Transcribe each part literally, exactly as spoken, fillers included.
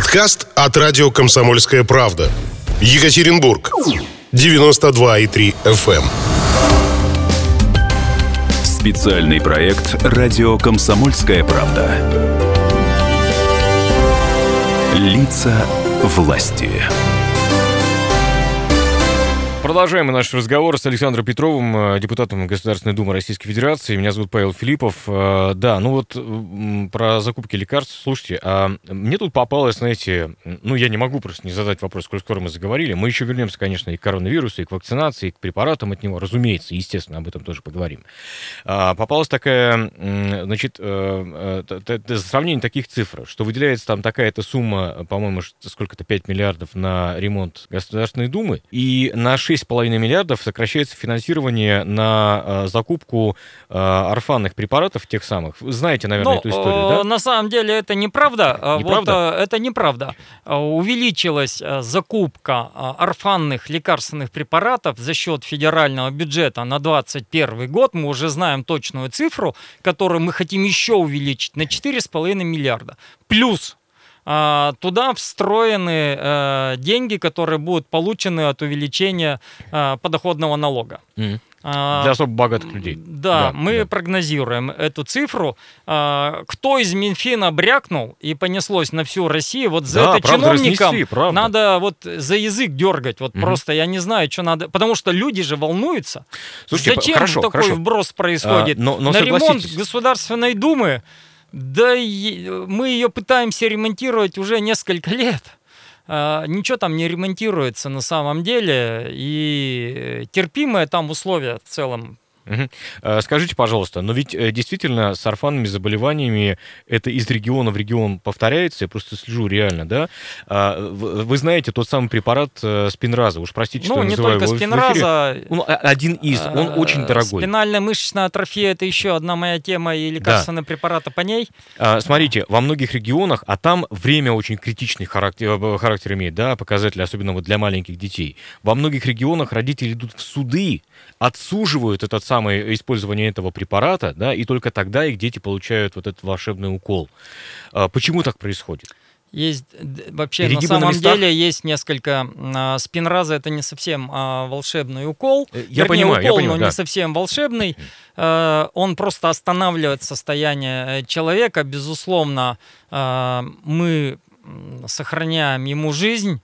Подкаст от радио «Комсомольская правда». Екатеринбург. девяносто два и три эф эм. Специальный проект «Радио Комсомольская правда». Лица власти. Продолжаем наш разговор с Александром Петровым, депутатом Государственной Думы Российской Федерации. Меня зовут Павел Филиппов. Да, ну вот про закупки лекарств. Слушайте, а мне тут попалось, знаете, ну я не могу просто не задать вопрос, сколь скоро мы заговорили. Мы еще вернемся, конечно, и к коронавирусу, и к вакцинации, и к препаратам от него. Разумеется, естественно, об этом тоже поговорим. Попалась такая, значит, сравнение таких цифр, что выделяется там такая-то сумма, по-моему, сколько-то пять миллиардов на ремонт Государственной Думы, и на шесть с половиной миллиардов сокращается финансирование на э, закупку э, орфанных препаратов, тех самых. Вы знаете, наверное, ну, эту историю, да? На самом деле это неправда. Неправда? Вот, это неправда. Увеличилась закупка орфанных лекарственных препаратов за счет федерального бюджета на двадцать первый год. Мы уже знаем точную цифру, которую мы хотим еще увеличить на четыре с половиной миллиарда. Плюс туда встроены э, деньги, которые будут получены от увеличения э, подоходного налога. Mm. Для особо богатых людей. Да, да мы да. прогнозируем эту цифру. Кто из Минфина брякнул и понеслось на всю Россию, вот за да, это правда, чиновникам разнесли, правда. надо вот за язык дергать. Вот mm-hmm. просто я не знаю, что надо. Потому что люди же волнуются. Слушайте, зачем хорошо, такой хорошо. вброс происходит? А, но, но на ремонт согласитесь. Государственной Думы. Да мы ее пытаемся ремонтировать уже несколько лет. Ничего там не ремонтируется на самом деле. И терпимые там условия в целом. Угу. Скажите, пожалуйста, но ведь действительно с орфанными заболеваниями это из региона в регион повторяется, я просто слежу реально, да? Вы знаете тот самый препарат Спинраза, уж простите, ну, что я называю его в эфире. Ну, не только Спинраза. Он один из, он очень дорогой. Спинальная мышечная атрофия – это еще одна моя тема, и лекарственные да. препараты по ней. Смотрите, во многих регионах, а там время очень критичный характер, характер имеет, да, показатели, особенно вот для маленьких детей. Во многих регионах родители идут в суды, отсуживают этот самый использование этого препарата, да, и только тогда их дети получают вот этот волшебный укол. Почему так происходит? Есть вообще Перегибы на самом на деле есть несколько. Спинраза это не совсем а, волшебный укол. Я Вернее, понимаю, укол, я понимаю, но да. не совсем волшебный. А, он просто останавливает состояние человека. Безусловно, а, мы сохраняем ему жизнь.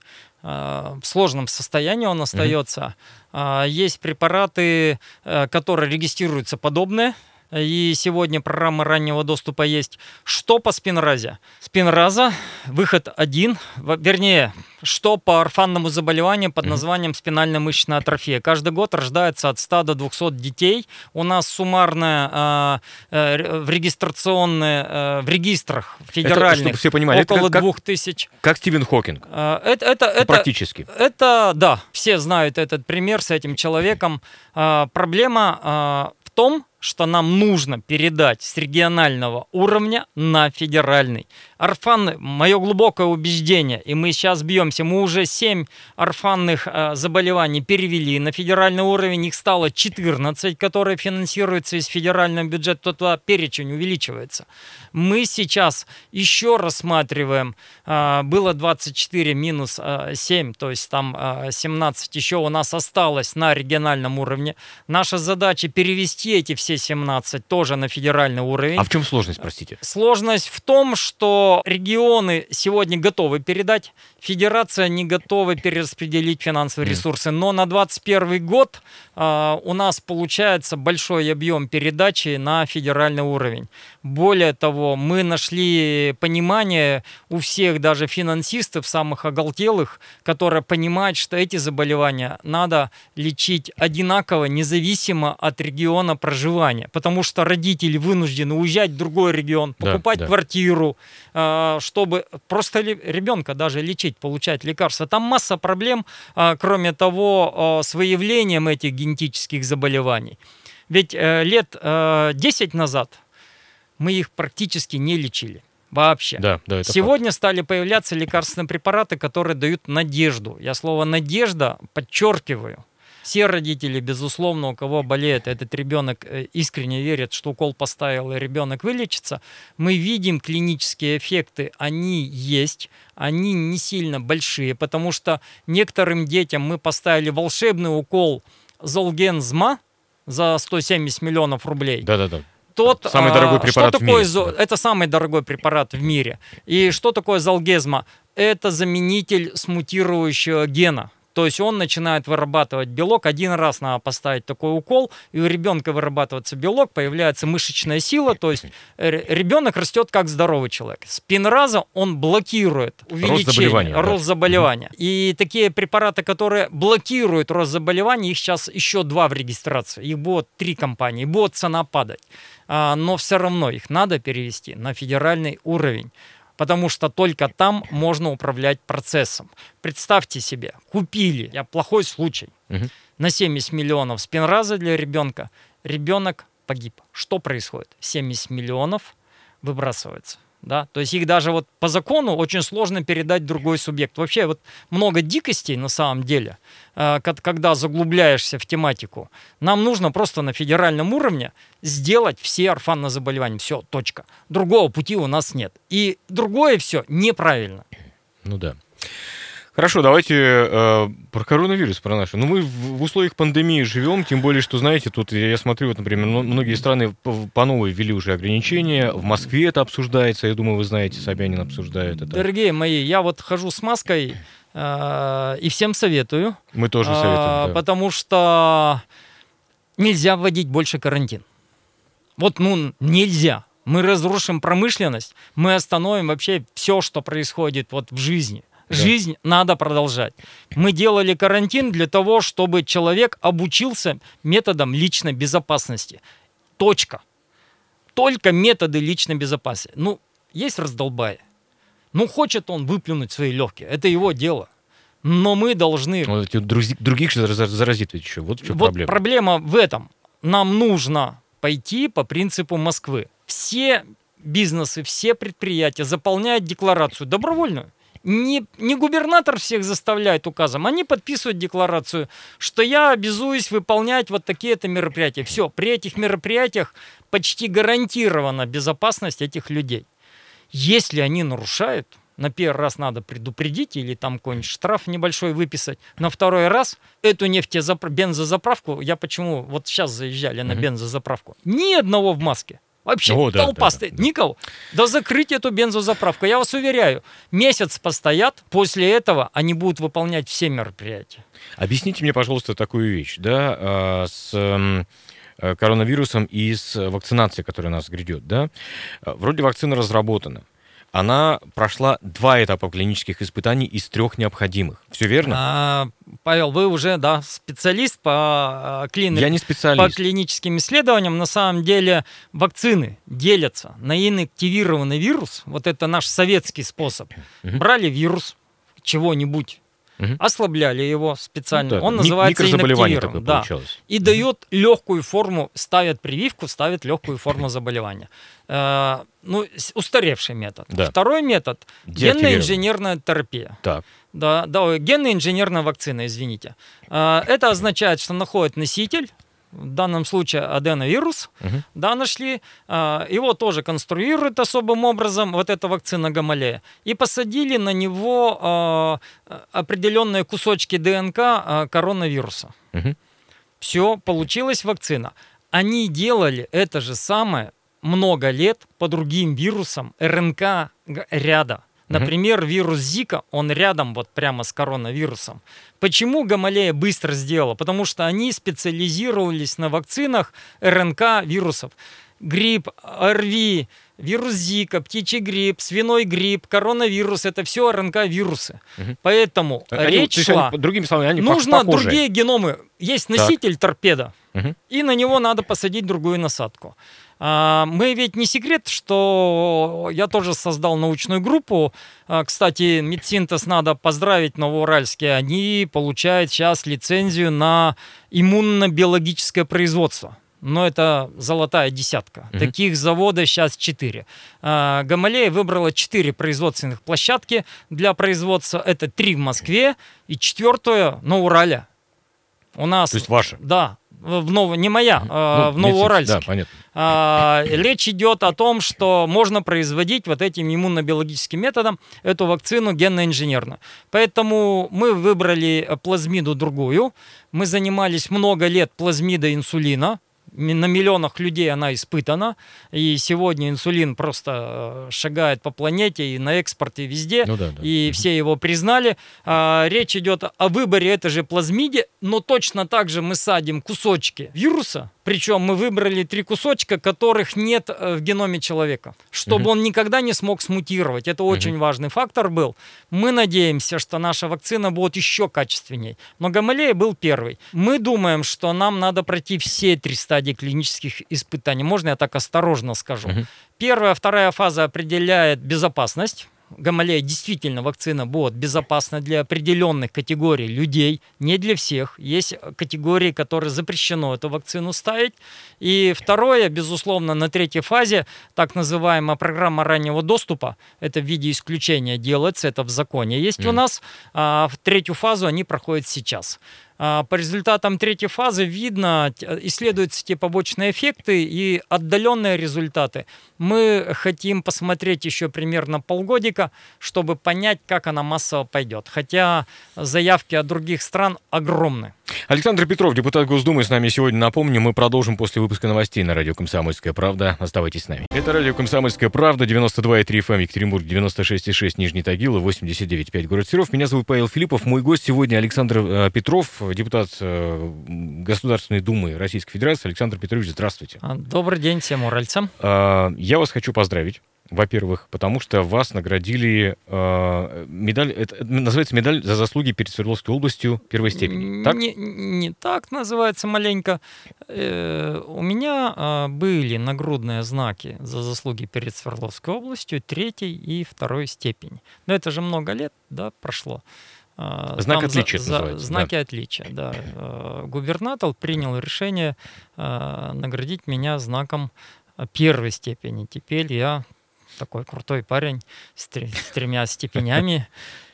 А, в сложном состоянии он остается. Mm-hmm. А, есть препараты, которые регистрируются подобные. И сегодня программа раннего доступа есть. Что по Спинразе? Спинраза, выход один, вернее, что по орфанному заболеванию под названием спинальная мышечная атрофия. Каждый год рождается от ста до двухсот детей. У нас суммарно э, э, в регистрационные, э, в регистрах федеральных это, все понимали, около это двух тысяч. Как Стивен Хокинг. Э, это, это, это, практически. Это, да, все знают этот пример с этим человеком. Э, проблема э, в том, что нам нужно передать с регионального уровня на федеральный. Орфаны, мое глубокое убеждение, и мы сейчас бьемся, мы уже семь орфанных э, заболеваний перевели на федеральный уровень, их стало четырнадцать, которые финансируются из федерального бюджета, туда перечень увеличивается. Мы сейчас еще рассматриваем, э, было двадцать четыре минус э, семь, то есть там э, семнадцать еще у нас осталось на региональном уровне. Наша задача перевести эти все семнадцать тоже на федеральный уровень. А в чем сложность, простите? Сложность в том, что регионы сегодня готовы передать, федерация не готова перераспределить финансовые mm. ресурсы, но на двадцать первый год э, у нас получается большой объем передачи на федеральный уровень. Более того, мы нашли понимание у всех, даже финансистов, самых оголтелых, которые понимают, что эти заболевания надо лечить одинаково, независимо от региона проживания, потому что родители вынуждены уезжать в другой регион, покупать да, да. квартиру, чтобы просто ребенка даже лечить, получать лекарства. Там масса проблем, кроме того, с выявлением этих генетических заболеваний. Ведь лет десять назад мы их практически не лечили. Вообще. Да, да, это Сегодня факт. стали появляться лекарственные препараты, которые дают надежду. Я слово «надежда» подчеркиваю. Все родители, безусловно, у кого болеет этот ребенок, искренне верят, что укол поставил, и ребенок вылечится. Мы видим клинические эффекты, они есть, они не сильно большие, потому что некоторым детям мы поставили волшебный укол Золгенсма за сто семьдесят миллионов рублей. Да-да-да. Тот, самый дорогой препарат что в мире. Такое, это самый дорогой препарат в мире. И что такое Золгенсма? Это заменитель смутирующего гена. То есть он начинает вырабатывать белок. Один раз надо поставить такой укол, и у ребенка вырабатывается белок, появляется мышечная сила, то есть ребенок растет как здоровый человек. Спинраза он блокирует увеличение, рост заболевания. Рост Да. заболевания. И такие препараты, которые блокируют рост заболеваний, их сейчас еще два в регистрации. Их будет три компании, будет цена падать. Но все равно их надо перевести на федеральный уровень. Потому что только там можно управлять процессом. Представьте себе, купили, я плохой случай, Угу. на семьдесят миллионов спинраза для ребенка, ребенок погиб. Что происходит? семьдесят миллионов выбрасывается. Да? То есть их даже вот по закону очень сложно передать в другой субъект. Вообще вот много дикостей на самом деле, когда заглубляешься в тематику. Нам нужно просто на федеральном уровне сделать все орфанные заболевания. Все, точка. Другого пути у нас нет. И другое все неправильно. Ну да. Хорошо, давайте э, про коронавирус, про наш. Ну, мы в, в условиях пандемии живем, тем более, что, знаете, тут я, я смотрю, вот, например, многие страны по, по новой ввели уже ограничения. В Москве это обсуждается, я думаю, вы знаете, Собянин обсуждает это. Дорогие мои, я вот хожу с маской э, и всем советую. Мы тоже советуем, э, да. Потому что нельзя вводить больше карантин. Вот, ну, нельзя. Мы разрушим промышленность, мы остановим вообще все, что происходит вот в жизни. Да. Жизнь надо продолжать. Мы делали карантин для того, чтобы человек обучился методам личной безопасности. Точка. Только методы личной безопасности. Ну, есть раздолбая. Ну, хочет он выплюнуть свои легкие. Это его дело. Но мы должны... Вот эти друзи- других же заразит ведь еще. Вот в чем вот проблема. проблема в этом. Нам нужно пойти по принципу Москвы. Все бизнесы, все предприятия заполняют декларацию добровольную. Не, не губернатор всех заставляет указом, они подписывают декларацию, что я обязуюсь выполнять вот такие-то мероприятия. Все, при этих мероприятиях почти гарантирована безопасность этих людей. Если они нарушают, на первый раз надо предупредить или там какой-нибудь штраф небольшой выписать, на второй раз эту нефтезапра... бензозаправку, я почему вот сейчас заезжали на бензозаправку, ни одного в маске. Вообще О, да, толпа да, стоит, да. никого. Да закрыть эту бензозаправку, я вас уверяю, месяц постоят, после этого они будут выполнять все мероприятия. Объясните мне, пожалуйста, такую вещь, да, а, с м, э, коронавирусом и с вакцинацией, которая нас грядет, да. А, Вроде вакцина разработана. Она прошла два этапа клинических испытаний из трех необходимых. Все верно? А, Павел, вы уже, да, специалист по, а, клини... Я не по специалист. клиническим исследованиям. На самом деле вакцины делятся на инактивированный вирус. Вот это наш советский способ. Мгм. Брали вирус чего-нибудь, Мгм. ослабляли его специально. Ну да, Он ми- называется микрозаболевание инактивирован. такое Да. получалось. И дает легкую форму, ставят прививку, ставят легкую форму заболевания. Э, ну, с- устаревший метод. Да. Второй метод – Деактивированный. генно-инженерная терапия. Так. Да, да, ой, генно-инженерная вакцина, извините. Э, это означает, что находят носитель, в данном случае аденовирус, Мгм. да, нашли, э, его тоже конструируют особым образом, вот эта вакцина Гамалея, и посадили на него э, определенные кусочки ДНК э, коронавируса. Мгм. Все, получилась вакцина. Они делали это же самое много лет по другим вирусам РНК г- ряда. Например, вирус Зика, он рядом вот прямо с коронавирусом. Почему Гамалея быстро сделала? Потому что они специализировались на вакцинах РНК вирусов. Грипп, ОРВИ, вирус Зика, птичий грипп, свиной грипп, коронавирус – это все РНК-вирусы. Мгм. Поэтому Они- речь то есть они, шла… другими словами, они Нужно похожи. другие геномы. Есть носитель торпеда, Мгм. и на него надо посадить другую насадку. А, Мы ведь не секрет, что я тоже создал научную группу. А, Кстати, Медсинтез надо поздравить, Новоуральске. Они получают сейчас лицензию на иммунно-биологическое производство. Но это золотая десятка. Мгм. Таких заводов сейчас четыре. А, Гамалея выбрала четыре производственных площадки для производства. Это три в Москве и четвертую на Урале. У нас... То есть ваша? Да. В Ново... Не моя, ну, а в Новоуральске. Да, понятно. А, речь идет о том, что можно производить вот этим иммунобиологическим методом эту вакцину генно-инженерно. Поэтому мы выбрали плазмиду другую. Мы занимались много лет плазмидой инсулина. На миллионах людей она испытана, и сегодня инсулин просто шагает по планете и на экспорте везде, ну, да, да. и все его признали. А, речь идет о выборе этой же плазмиде, но точно так же мы садим кусочки вируса, причем мы выбрали три кусочка, которых нет в геноме человека, чтобы угу. он никогда не смог смутировать. Это очень угу. важный фактор был. Мы надеемся, что наша вакцина будет еще качественней. Но Гамалея был первый. Мы думаем, что нам надо пройти все три стадии клинических испытаний. Можно я так осторожно скажу? Угу. Первая, вторая фаза определяет безопасность. Гамалея действительно вакцина будет безопасна для определенных категорий людей, не для всех. Есть категории, которые запрещено эту вакцину ставить. И второе, безусловно, на третьей фазе, так называемая программа раннего доступа, это в виде исключения делается, это в законе есть mm. у нас. А в третью фазу они проходят сейчас. По результатам третьей фазы видно, исследуются те побочные эффекты и отдаленные результаты. Мы хотим посмотреть еще примерно полгодика, чтобы понять, как она массово пойдет. Хотя заявки от других стран огромны. Александр Петров, депутат Госдумы, с нами сегодня. Напомню, мы продолжим после выпуска новостей на радио «Комсомольская правда». Оставайтесь с нами. Это радио «Комсомольская правда», девяносто два и три эф эм, Екатеринбург, девяносто шесть и шесть, Нижний Тагил, восемьдесят девять и пять, город Серов. Меня зовут Павел Филиппов. Мой гость сегодня Александр э, Петров, депутат э, Государственной Думы Российской Федерации. Александр Петрович, здравствуйте. Добрый день всем уральцам. Э, я вас хочу поздравить. Во-первых, потому что вас наградили э, медаль, это называется медаль за заслуги перед Свердловской областью первой степени. Так? Не, не так называется маленько. Э, у меня э, были нагрудные знаки за заслуги перед Свердловской областью третьей и второй степени. Но это же много лет, да, прошло. Знак Там отличия за, называется. Знаки да. отличия, да. Губернатор принял решение э, наградить меня знаком первой степени. Теперь я такой крутой парень с, три, с тремя степенями,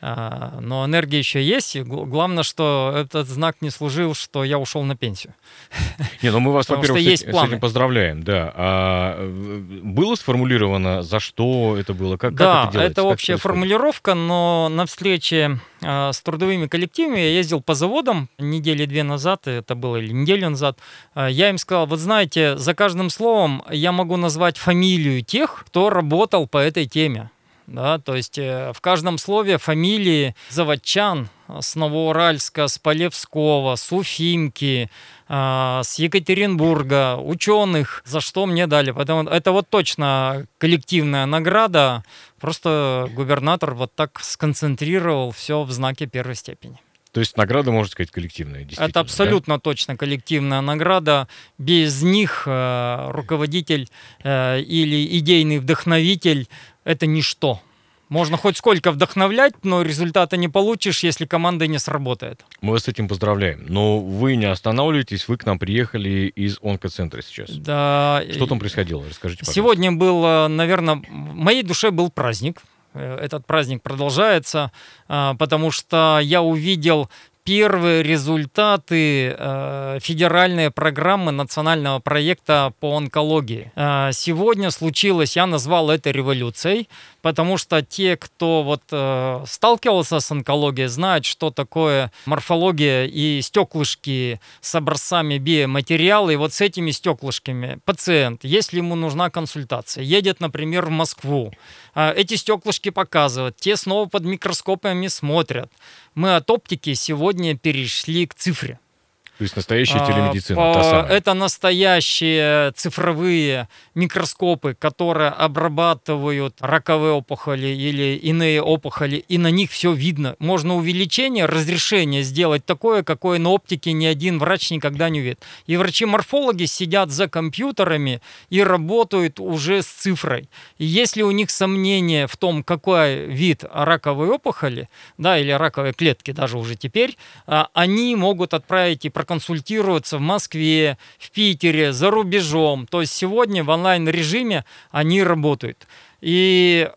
а, но энергия еще есть. И главное, что этот знак не служил, что я ушел на пенсию. Не, ну мы вас, во-первых, с, с этим поздравляем. Да. А было сформулировано, за что это было? Как, да, как это делается? Это как общая формулировка, но на встрече а, с трудовыми коллективами я ездил по заводам недели две назад, это было или неделю назад. А, я им сказал, вот знаете, за каждым словом я могу назвать фамилию тех, кто работал по этой теме. Да, то есть э, в каждом слове фамилии заводчан с Новоуральска, с Полевского, с Уфимки, э, с Екатеринбурга, ученых, за что мне дали. Поэтому это вот точно коллективная награда. Просто губернатор вот так сконцентрировал все в знаке первой степени. То есть награда, можно сказать, коллективная, действительно. Это абсолютно да? точно коллективная награда. Без них э, руководитель э, или идейный вдохновитель — это ничто. Можно хоть сколько вдохновлять, но результата не получишь, если команда не сработает. Мы вас с этим поздравляем. Но вы не останавливаетесь, вы к нам приехали из онкоцентра сейчас. Да. Что там происходило? Расскажите, пожалуйста. Сегодня был, наверное, в моей душе был праздник. Этот праздник продолжается, потому что я увидел первые результаты э, федеральной программы национального проекта по онкологии. Э, сегодня случилось, я назвал это революцией, потому что те, кто вот э, сталкивался с онкологией, знают, что такое морфология и стеклышки с образцами биоматериала. И вот с этими стеклышками пациент, если ему нужна консультация, едет, например, в Москву, э, эти стеклышки показывают, те снова под микроскопами смотрят. Мы от оптики сегодня перешли к цифре. То есть настоящая телемедицина, а, та самая. Это настоящие цифровые микроскопы, которые обрабатывают раковые опухоли или иные опухоли, и на них все видно. Можно увеличение, разрешение сделать такое, какое на оптике ни один врач никогда не увидит. И врачи-морфологи сидят за компьютерами и работают уже с цифрой. И если у них сомнения в том, какой вид раковой опухоли, да, или раковой клетки даже уже теперь, они могут отправить и проконсультироваться в Москве, в Питере, за рубежом. То есть сегодня в онлайн-режиме они работают. И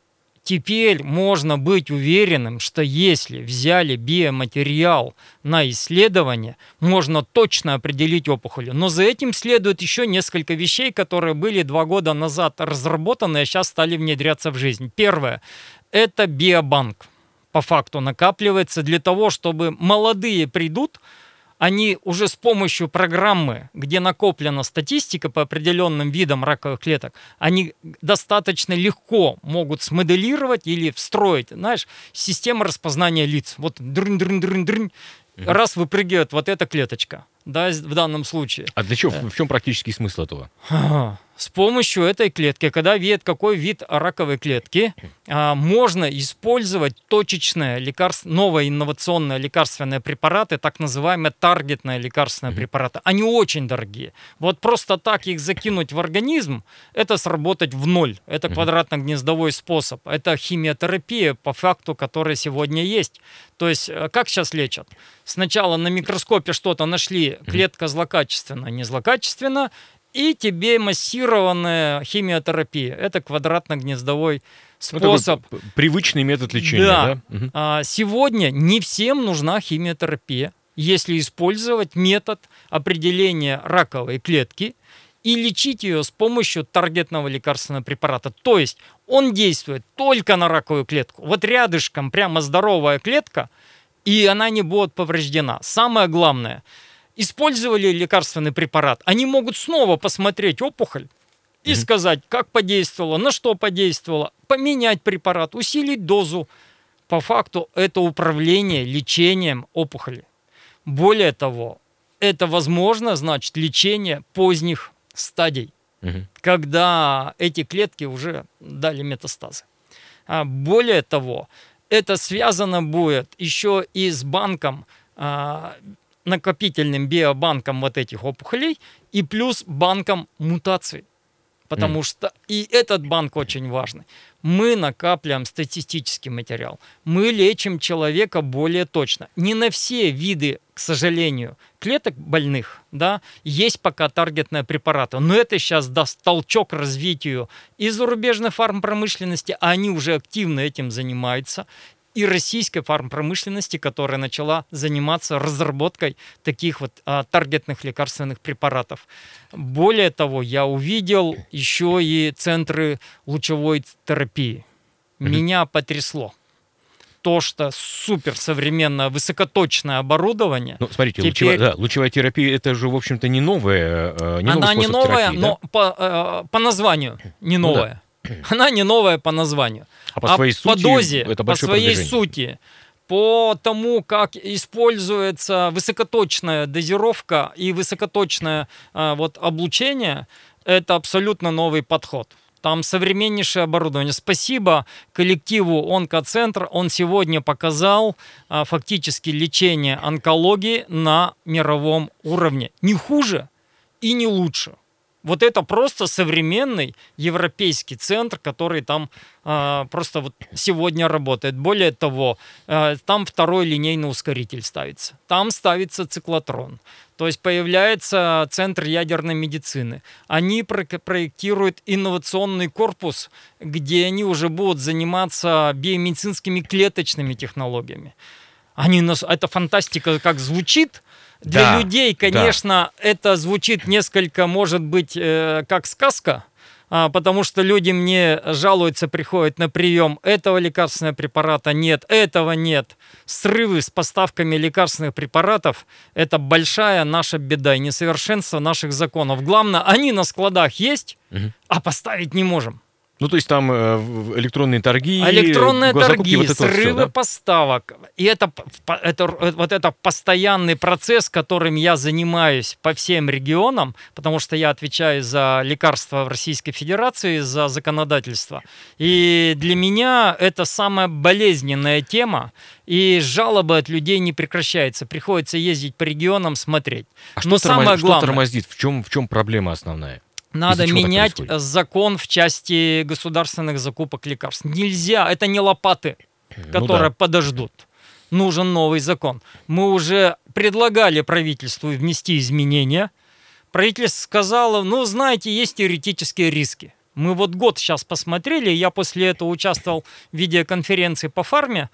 Теперь можно быть уверенным, что если взяли биоматериал на исследование, можно точно определить опухоли. Но за этим следует еще несколько вещей, которые были два года назад разработаны, а сейчас стали внедряться в жизнь. Первое – это биобанк. По факту накапливается для того, чтобы молодые придут, они уже с помощью программы, где накоплена статистика по определенным видам раковых клеток, они достаточно легко могут смоделировать или встроить, знаешь, систему распознания лиц. Вот дрын-дрын-дрын-дрын, раз выпрыгивает вот эта клеточка, да, в данном случае. А для чего? В чем практический смысл этого? С помощью этой клетки, когда видят, какой вид раковой клетки, можно использовать точечные лекарства, новые инновационные лекарственные препараты, так называемые таргетные лекарственные препараты. Они очень дорогие. Вот просто так их закинуть в организм, это сработать в ноль. Это квадратно-гнездовой способ. Это химиотерапия, по факту, которая сегодня есть. То есть, как сейчас лечат? Сначала на микроскопе что-то нашли, клетка злокачественная, не злокачественная, и тебе массированная химиотерапия. Это квадратно-гнездовой способ. Ну, привычный метод лечения, да? Да. Угу. А сегодня не всем нужна химиотерапия, если использовать метод определения раковой клетки и лечить ее с помощью таргетного лекарственного препарата. То есть он действует только на раковую клетку. Вот рядышком прямо здоровая клетка, и она не будет повреждена. Самое главное – использовали лекарственный препарат, они могут снова посмотреть опухоль и mm-hmm. сказать, как подействовало, на что подействовало, поменять препарат, усилить дозу. По факту это управление лечением опухоли. Более того, это возможно, значит, лечение поздних стадий, mm-hmm. когда эти клетки уже дали метастазы. А более того, это связано будет еще и с банком, а, накопительным биобанком вот этих опухолей и плюс банком мутаций. Потому mm. что и этот банк очень важный. Мы накапливаем статистический материал. Мы лечим человека более точно. Не на все виды, к сожалению, клеток больных, да, есть пока таргетные препараты. Но это сейчас даст толчок развитию и зарубежной фармпромышленности, а они уже активно этим занимаются, и российской фармпромышленности, которая начала заниматься разработкой таких вот а, таргетных лекарственных препаратов. Более того, я увидел еще и центры лучевой терапии. Mm-hmm. Меня потрясло. То, что суперсовременное высокоточное оборудование. Ну, смотрите, теперь... лучевая, да, лучевая терапия это же, в общем-то, не новая. Не Она новый не новая, терапии, но да? по, э, по названию не новая. Ну, да. Она не новая по названию. А по своей а сути, по дозе, это по своей продвижение. сути, по тому, как используется высокоточная дозировка и высокоточное э, вот, облучение, это абсолютно новый подход. Там современнейшее оборудование. Спасибо коллективу Онкоцентр. Он сегодня показал а, фактически лечение онкологии на мировом уровне. Не хуже и не лучше. Вот это просто современный европейский центр, который там э, просто вот сегодня работает. Более того, э, там второй линейный ускоритель ставится. Там ставится циклотрон. То есть появляется центр ядерной медицины. Они про- проектируют инновационный корпус, где они уже будут заниматься биомедицинскими клеточными технологиями. Они, это фантастика, как звучит. Для да, людей, конечно, да. это звучит несколько, может быть, э, как сказка, а, потому что люди мне жалуются, приходят на прием, этого лекарственного препарата нет, этого нет. Срывы с поставками лекарственных препаратов – это большая наша беда и несовершенство наших законов. Главное, они на складах есть, угу. а поставить не можем. Ну, то есть там э, электронные торги, электронные торги, вот срывы все, да? поставок. И это, это, вот это постоянный процесс, которым я занимаюсь по всем регионам, потому что я отвечаю за лекарства в Российской Федерации, за законодательство. И для меня это самая болезненная тема, и жалобы от людей не прекращаются. Приходится ездить по регионам, смотреть. А Но что, самое тормозит, главное, что тормозит? В чем, в чем проблема основная? Надо менять закон в части государственных закупок лекарств. Нельзя, это не лопаты, которые ну, да. подождут. Нужен новый закон. Мы уже предлагали правительству внести изменения. Правительство сказало, ну, знаете, есть теоретические риски. Мы вот год сейчас посмотрели, я после этого участвовал в видеоконференции по фарме,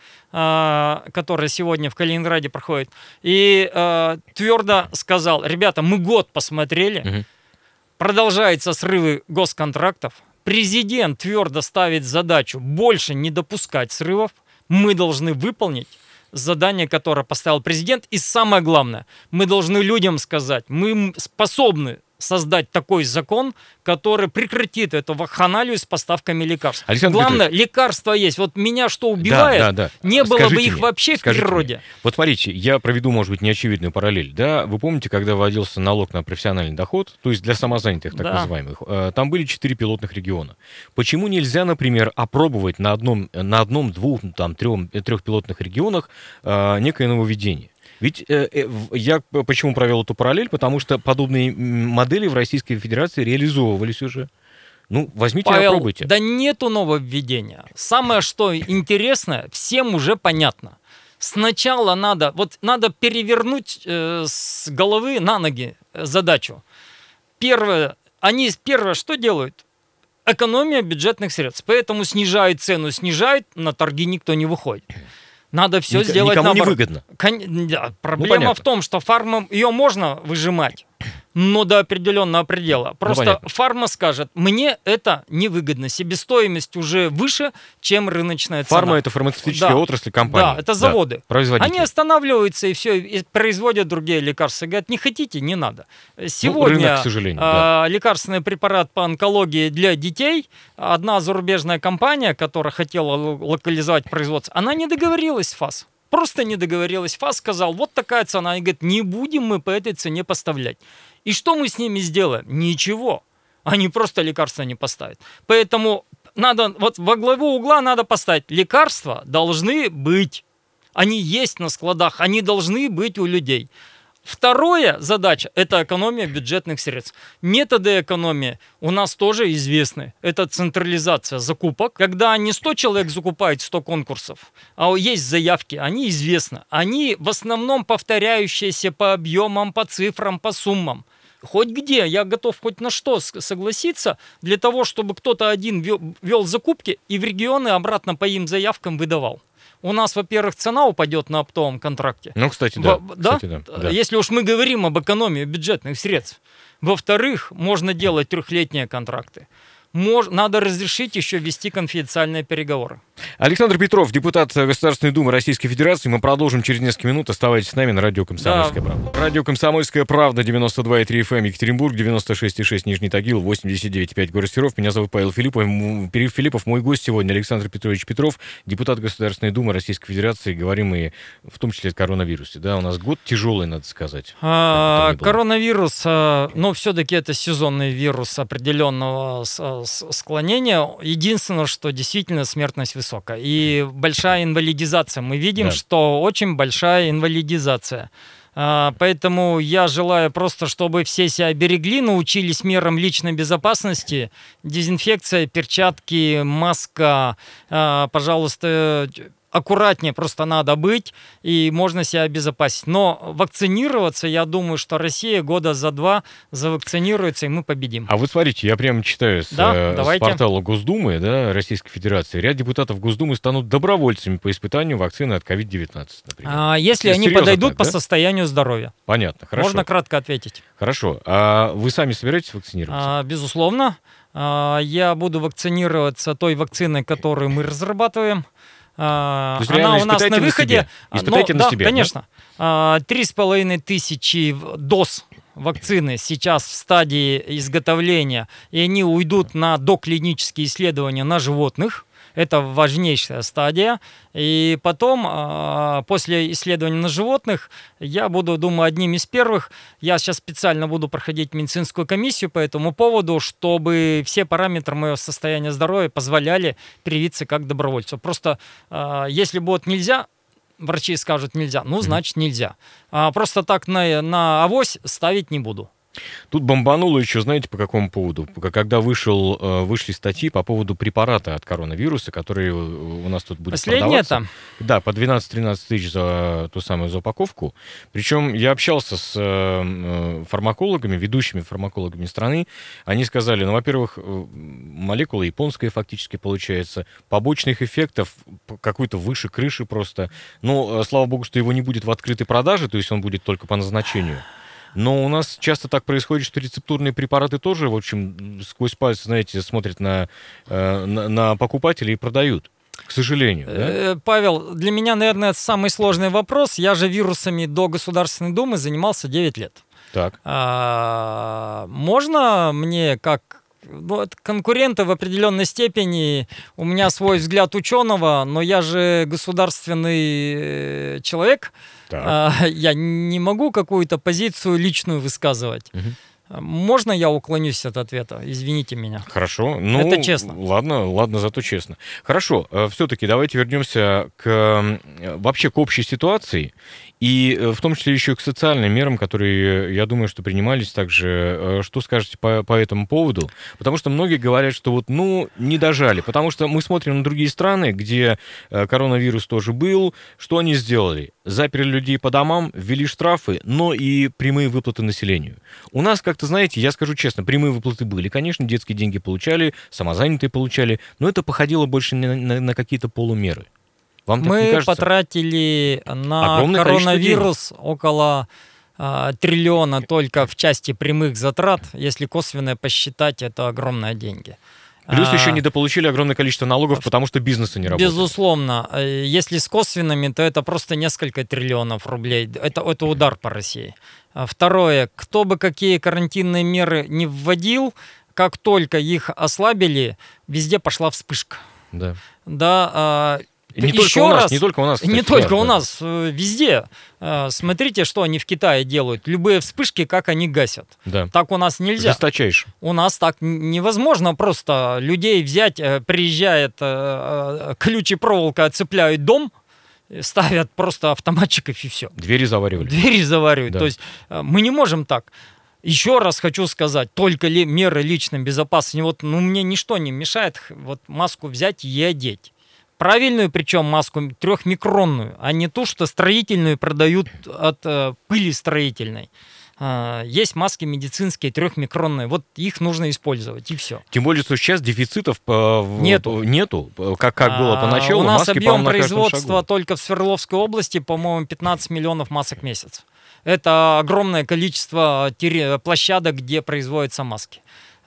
э, которая сегодня в Калининграде проходит, и э, твердо сказал: ребята, мы год посмотрели, угу. продолжаются срывы госконтрактов, президент твердо ставит задачу больше не допускать срывов, мы должны выполнить задание, которое поставил президент, и самое главное, мы должны людям сказать, мы способны создать такой закон, который прекратит эту вакханалию с поставками лекарств. Александр Главное, Петрович. лекарства есть. Вот меня что убивает, да, да, да. не было скажите бы их мне, вообще в природе. Мне. Вот смотрите, я проведу, может быть, неочевидную параллель. Да? Вы помните, когда вводился налог на профессиональный доход, то есть для самозанятых, так да. называемых, там были четыре пилотных региона. Почему нельзя, например, опробовать на одном, на одном двух, там, трех, трех пилотных регионах э, некое нововведение? Ведь э, э, я почему провел эту параллель? Потому что подобные модели в Российской Федерации реализовывались уже. Ну, возьмите Павел, и опробуйте. Да нету нововведения. Самое, что интересное, всем уже понятно. Сначала надо, вот надо перевернуть э, с головы на ноги задачу. Первое, они первое что делают? Экономия бюджетных средств. Поэтому снижают цену, снижают, на торги никто не выходит. Надо все Ник- сделать никому наоборот. не выгодно. Кон... Да, проблема ну, в том, что фарма, ее можно выжимать, но до определенного предела. Просто ну, фарма скажет, мне это невыгодно. Себестоимость уже выше, чем рыночная цена. Фарма — это фармацевтическая да. отрасль компании. Да, это заводы. Да, производители. Они останавливаются и все, и производят другие лекарства. Говорят, не хотите, не надо. Сегодня ну, рынок, к сожалению, а, да. лекарственный препарат по онкологии для детей, одна зарубежная компания, которая хотела локализовать производство, она не договорилась с ФАС. Просто не договорилась. ФАС сказал, вот такая цена. Они говорят, не будем мы по этой цене поставлять. И что мы с ними сделаем? Ничего. Они просто лекарства не поставят. Поэтому надо, вот во главу угла надо поставить. Лекарства должны быть. Они есть на складах. Они должны быть у людей. Вторая задача – это экономия бюджетных средств. Методы экономии у нас тоже известны. Это централизация закупок. Когда не сто человек закупают сто конкурсов, а есть заявки, они известны. Они в основном повторяющиеся по объемам, по цифрам, по суммам. Хоть где, я готов хоть на что согласиться, для того, чтобы кто-то один вел, вел закупки и в регионы обратно по им заявкам выдавал. У нас, во-первых, цена упадет на оптовом контракте. Ну, кстати, да. Во- да? Кстати, да. Да. Если уж мы говорим об экономии бюджетных средств. Во-вторых, можно делать трехлетние контракты. Мож... Надо разрешить еще вести конфиденциальные переговоры. Александр Петров, депутат Государственной Думы Российской Федерации. Мы продолжим через несколько минут. Оставайтесь с нами на радио «Комсомольская да. правда». Радио «Комсомольская правда», девяносто два и три эф эм, Екатеринбург, девяносто шесть и шесть Нижний Тагил, восемьдесят девять и пять город Серов. Меня зовут Павел Филиппов. Филиппов, мой гость сегодня Александр Петрович Петров, депутат Государственной Думы Российской Федерации. Говорим мы в том числе о коронавирусе. Да, у нас год тяжелый, надо сказать. А, коронавирус, но все-таки это сезонный вирус определенного склонения. Единственное, что действительно смертность высокая. И большая инвалидизация. Мы видим, да. что очень большая инвалидизация. Поэтому я желаю просто, чтобы все себя берегли, научились мерам личной безопасности. Дезинфекция, перчатки, маска. Пожалуйста, аккуратнее просто надо быть, и можно себя обезопасить. Но вакцинироваться, я думаю, что Россия года за два завакцинируется, и мы победим. А вот смотрите, я прямо читаю с, да, с портала Госдумы, да, Российской Федерации. Ряд депутатов Госдумы станут добровольцами по испытанию вакцины от ковид девятнадцать, например. А, если Это они подойдут так, по да? состоянию здоровья. Понятно, хорошо. Можно кратко ответить. Хорошо. А вы сами собираетесь вакцинироваться? А, безусловно. А, я буду вакцинироваться той вакциной, которую мы разрабатываем. То есть она у нас на на выходе. Себе. Испытайте но, на да, себе. Конечно. Три с половиной тысячи доз вакцины сейчас в стадии изготовления, и они уйдут на доклинические исследования на животных. Это важнейшая стадия. И потом, после исследований на животных, я буду, думаю, одним из первых. Я сейчас специально буду проходить медицинскую комиссию по этому поводу, чтобы все параметры моего состояния здоровья позволяли привиться как добровольцу. Просто если будет нельзя, врачи скажут нельзя, ну, значит, нельзя. Просто так на, на авось ставить не буду. Тут бомбануло еще, знаете, по какому поводу? Когда вышел, вышли статьи по поводу препарата от коронавируса, который у нас тут будет Последнее продаваться. там? Да, по двенадцать-тринадцать тысяч за ту самую за упаковку. Причем я общался с фармакологами, ведущими фармакологами страны. Они сказали, ну, во-первых, молекула японская фактически получается, побочных эффектов какой-то выше крыши просто. Ну, слава богу, что его не будет в открытой продаже, то есть он будет только по назначению. Но у нас часто так происходит, что рецептурные препараты тоже, в общем, сквозь пальцы, знаете, смотрят на, на, на покупателей и продают. К сожалению. Да? Павел, для меня, наверное, это самый сложный вопрос. Я же вирусами до Государственной Думы занимался девять лет. Так. А, можно мне, как ну, конкуренты в определенной степени, у меня свой взгляд ученого, но я же государственный человек, а, я не могу какую-то позицию личную высказывать. Угу. Можно я уклонюсь от ответа? Извините меня. Хорошо. Ну, это честно. Ладно, ладно, зато честно. Хорошо. Все-таки давайте вернемся к, вообще к общей ситуации. И в том числе еще к социальным мерам, которые, я думаю, что принимались также. Что скажете по, по этому поводу? Потому что многие говорят, что вот, ну, не дожали. Потому что мы смотрим на другие страны, где коронавирус тоже был. Что они сделали? Заперли людей по домам, ввели штрафы, но и прямые выплаты населению. У нас, как-то, знаете, я скажу честно, прямые выплаты были. Конечно, детские деньги получали, самозанятые получали, но это походило больше на, на, на какие-то полумеры. Вам так не Мы кажется? потратили на огромное коронавирус около а, триллиона только в части прямых затрат. Если косвенно посчитать, это огромные деньги. Плюс а, еще недополучили огромное количество налогов, потому что бизнесы не работают. Безусловно. Если с косвенными, то это просто несколько триллионов рублей. Это, это удар по России. Второе. Кто бы какие карантинные меры не вводил, как только их ослабили, везде пошла вспышка. Да. Да. И не только у нас, раз, не только у нас. Кстати, не только да, у да. нас, везде. Смотрите, что они в Китае делают. Любые вспышки, как они гасят. Да. Так у нас нельзя. Жесточайше. У нас так невозможно просто людей взять, приезжает ключ и проволока, отцепляют дом, ставят просто автоматчиков и все. Двери заваривали. Двери заваривают. Да. То есть мы не можем так. Еще раз хочу сказать, только ли меры личной безопасности. Вот, ну, мне ничто не мешает вот маску взять и одеть. Правильную, причем маску трехмикронную, а не ту, что строительную продают от э, пыли строительной. Э, есть маски медицинские трехмикронные, вот их нужно использовать, и все. Тем более, что сейчас дефицитов э, нету. нету, как, как было поначалу. А, у нас маски, объем на каждом производства шагу. только в Свердловской области, по-моему, пятнадцать миллионов масок в месяц. Это огромное количество площадок, где производятся маски.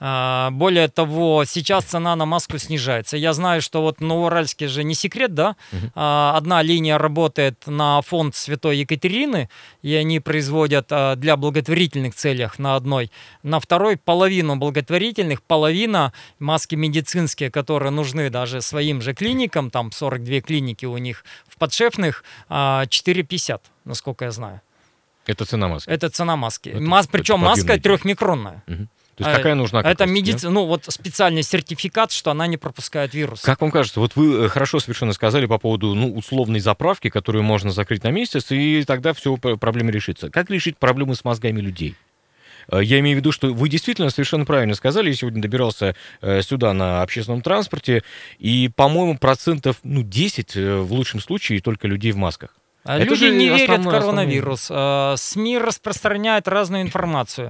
Более того, сейчас цена на маску снижается. Я знаю, что вот в Новоуральске же не секрет, да? Uh-huh. Одна линия работает на фонд Святой Екатерины, и они производят для благотворительных целях на одной. На второй половину благотворительных, половина маски медицинские, которые нужны даже своим же клиникам, там сорок две клиники у них в подшефных, четыре пятьдесят, насколько я знаю. Это цена маски? Это цена маски. Это, Мас, причем это маска трехмикронная. Uh-huh. То есть какая нужна? Это медицина, ну вот специальный сертификат, что она не пропускает вирус. Как вам кажется, вот вы хорошо совершенно сказали по поводу ну, условной заправки, которую можно закрыть на месяц, и тогда все, проблема решится. Как решить проблемы с мозгами людей? Я имею в виду, что вы действительно совершенно правильно сказали. Я сегодня добирался сюда на общественном транспорте, и, по-моему, процентов ну, десять в лучшем случае только людей в масках. А люди же не верят в коронавирус. Основной... СМИ распространяют разную информацию.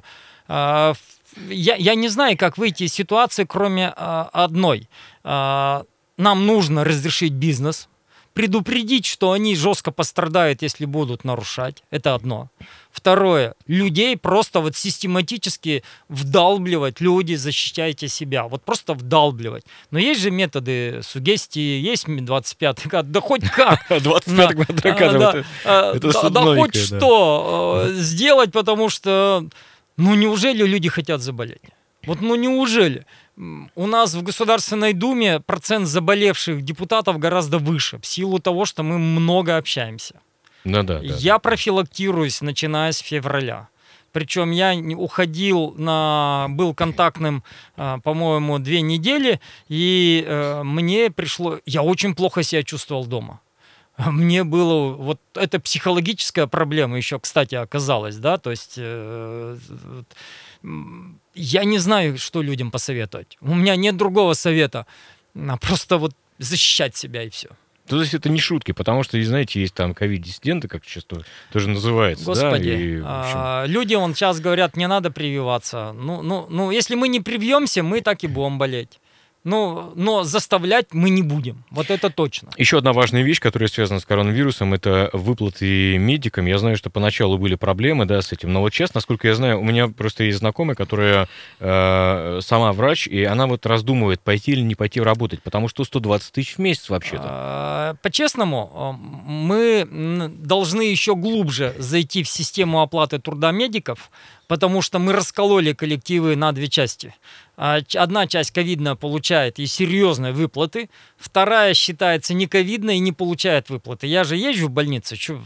Я, я не знаю, как выйти из ситуации, кроме а, одной. А, нам нужно разрешить бизнес, предупредить, что они жестко пострадают, если будут нарушать. Это одно. Второе. Людей просто вот систематически вдалбливать. Люди, защищайте себя. Вот просто вдалбливать. Но есть же методы сугестии, есть двадцать пятый год. Да хоть как. двадцать пятый год. Да хоть что сделать, потому что... Ну, неужели люди хотят заболеть? Вот, ну, неужели? У нас в Государственной Думе процент заболевших депутатов гораздо выше, в силу того, что мы много общаемся. Ну, да, да, я да. профилактируюсь, начиная с февраля. Причем я уходил на... Был контактным, по-моему, две недели, и мне пришло... Я очень плохо себя чувствовал дома. мне было... Вот это психологическая проблема еще, кстати, оказалась, да, то есть э, я не знаю, что людям посоветовать. У меня нет другого совета, а просто вот защищать себя и все. То есть это не шутки, потому что, знаете, есть там ковид-диссиденты, как сейчас тоже называется. Господи, да, и, а, люди, он сейчас говорят, не надо прививаться. Ну, ну, ну, если мы не привьемся, мы так и будем болеть. Ну, но заставлять мы не будем. Вот это точно. Еще одна важная вещь, которая связана с коронавирусом, это выплаты медикам. Я знаю, что поначалу были проблемы, да, с этим. Но вот сейчас, насколько я знаю, у меня просто есть знакомая, которая э, сама врач, и она вот раздумывает, пойти или не пойти работать, потому что сто двадцать тысяч в месяц вообще-то. По-честному, мы должны еще глубже зайти в систему оплаты труда медиков, потому что мы раскололи коллективы на две части. Одна часть ковидная получает и серьезные выплаты, вторая считается не ковидной и не получает выплаты. Я же езжу в больницу, чё,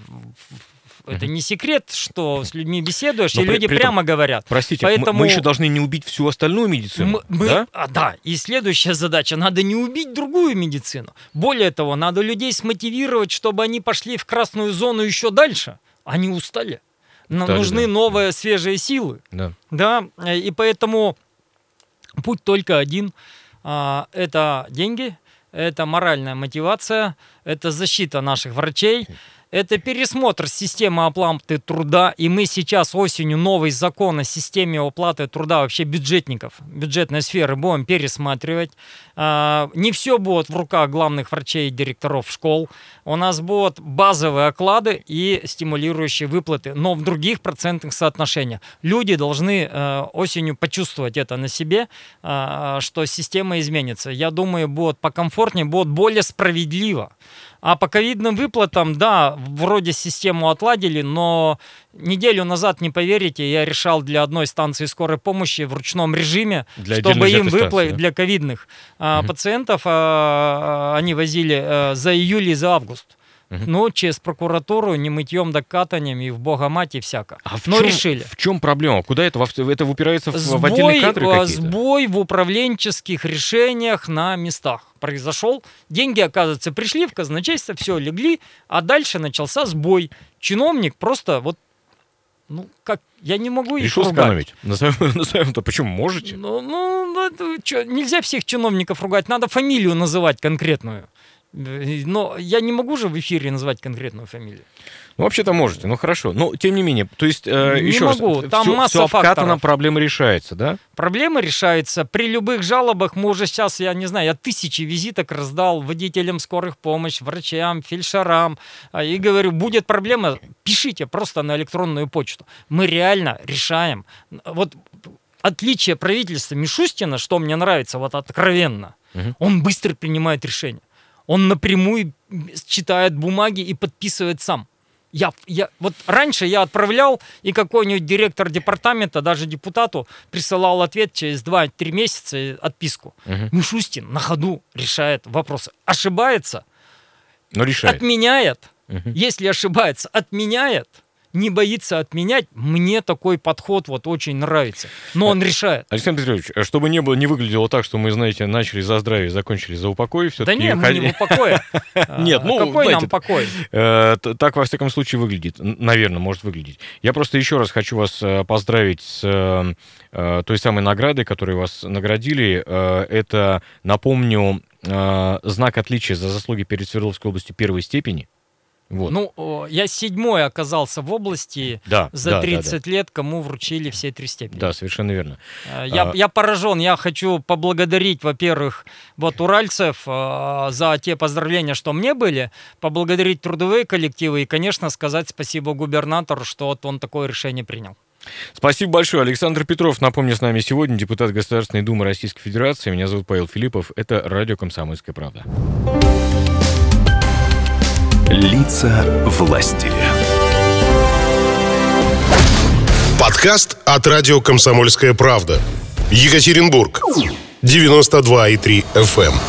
это не секрет, что с людьми беседуешь, но и при, люди при прямо этом, говорят. Простите, Поэтому мы еще должны не убить всю остальную медицину, мы, да? А, да, и следующая задача, надо не убить другую медицину. Более того, надо людей смотивировать, чтобы они пошли в красную зону еще дальше. Они устали. Нам Устали, нужны да. новые свежие силы. Да. Да, и поэтому путь только один. Это деньги, это моральная мотивация, это защита наших врачей, это пересмотр системы оплаты труда, и мы сейчас осенью новый закон о системе оплаты труда вообще бюджетников, бюджетной сферы будем пересматривать. Не все будет в руках главных врачей и директоров школ. У нас будут базовые оклады и стимулирующие выплаты, но в других процентных соотношениях. Люди должны осенью почувствовать это на себе, что система изменится. Я думаю, будет покомфортнее, будет более справедливо. А по ковидным выплатам, да, вроде систему отладили, но неделю назад, не поверите, я решал для одной станции скорой помощи в ручном режиме, для чтобы им выплатить, да? Для ковидных угу. пациентов, а, они возили а, за июль и за август. Угу. Ну, через прокуратуру, не мытьем да катанием, и в бога мать, и всяко. А в Но чем, решили. В чем проблема? Куда это? Это упирается в, сбой, в отдельные кадры какие-то? Сбой в управленческих решениях на местах произошел. Деньги, оказывается, пришли в казначейство, все, легли, а дальше начался сбой. Чиновник просто вот, ну, как, я не могу их Решил ругать. сэкономить. Назовем-то, почему можете? Ну, ну, ну чё, нельзя всех чиновников ругать, надо фамилию называть конкретную. Но я не могу же в эфире назвать конкретную фамилию. Ну, вообще-то можете, ну хорошо. Но, тем не менее, то есть, э, не еще могу. раз, Там все, масса все обкатано, факторов. Проблема решается, да? Проблема решается. При любых жалобах мы уже сейчас, я не знаю, я тысячи визиток раздал водителям скорых помощи, врачам, фельдшерам. И говорю, будет проблема, пишите просто на электронную почту. Мы реально решаем. Вот отличие правительства Мишустина, что мне нравится, вот откровенно, угу. Он быстро принимает решения. Он напрямую читает бумаги и подписывает сам. Я, я, вот раньше я отправлял, и какой-нибудь директор департамента, даже депутату, присылал ответ через два-три месяца, отписку. Угу. Мишустин на ходу решает вопросы. Ошибается, но решает. Отменяет. Угу. Если ошибается, отменяет. Не боится отменять. Мне такой подход вот очень нравится. Но он решает. Александр Петрович, чтобы не было, не выглядело так, что мы, знаете, начали за здравие, закончили за упокой. Да нет, мы не в упокое. Нет, ну, какой нам покой? Так, во всяком случае, выглядит. Наверное, может выглядеть. Я просто еще раз хочу вас поздравить с той самой наградой, которой вас наградили. Это, напомню, знак отличия за заслуги перед Свердловской областью первой степени. Вот. Ну, я седьмой оказался в области да, за да, тридцать да, да. лет, кому вручили все три степени. Да, совершенно верно. Я, а... я поражен. Я хочу поблагодарить, во-первых, вот уральцев э, за те поздравления, что мне были, поблагодарить трудовые коллективы и, конечно, сказать спасибо губернатору, что вот он такое решение принял. Спасибо большое. Александр Петров, напомню, с нами сегодня депутат Государственной Думы Российской Федерации. Меня зовут Павел Филиппов. Это радио «Комсомольская правда». Лица власти. Подкаст от радио «Комсомольская правда». Екатеринбург. девяносто два и три эф эм.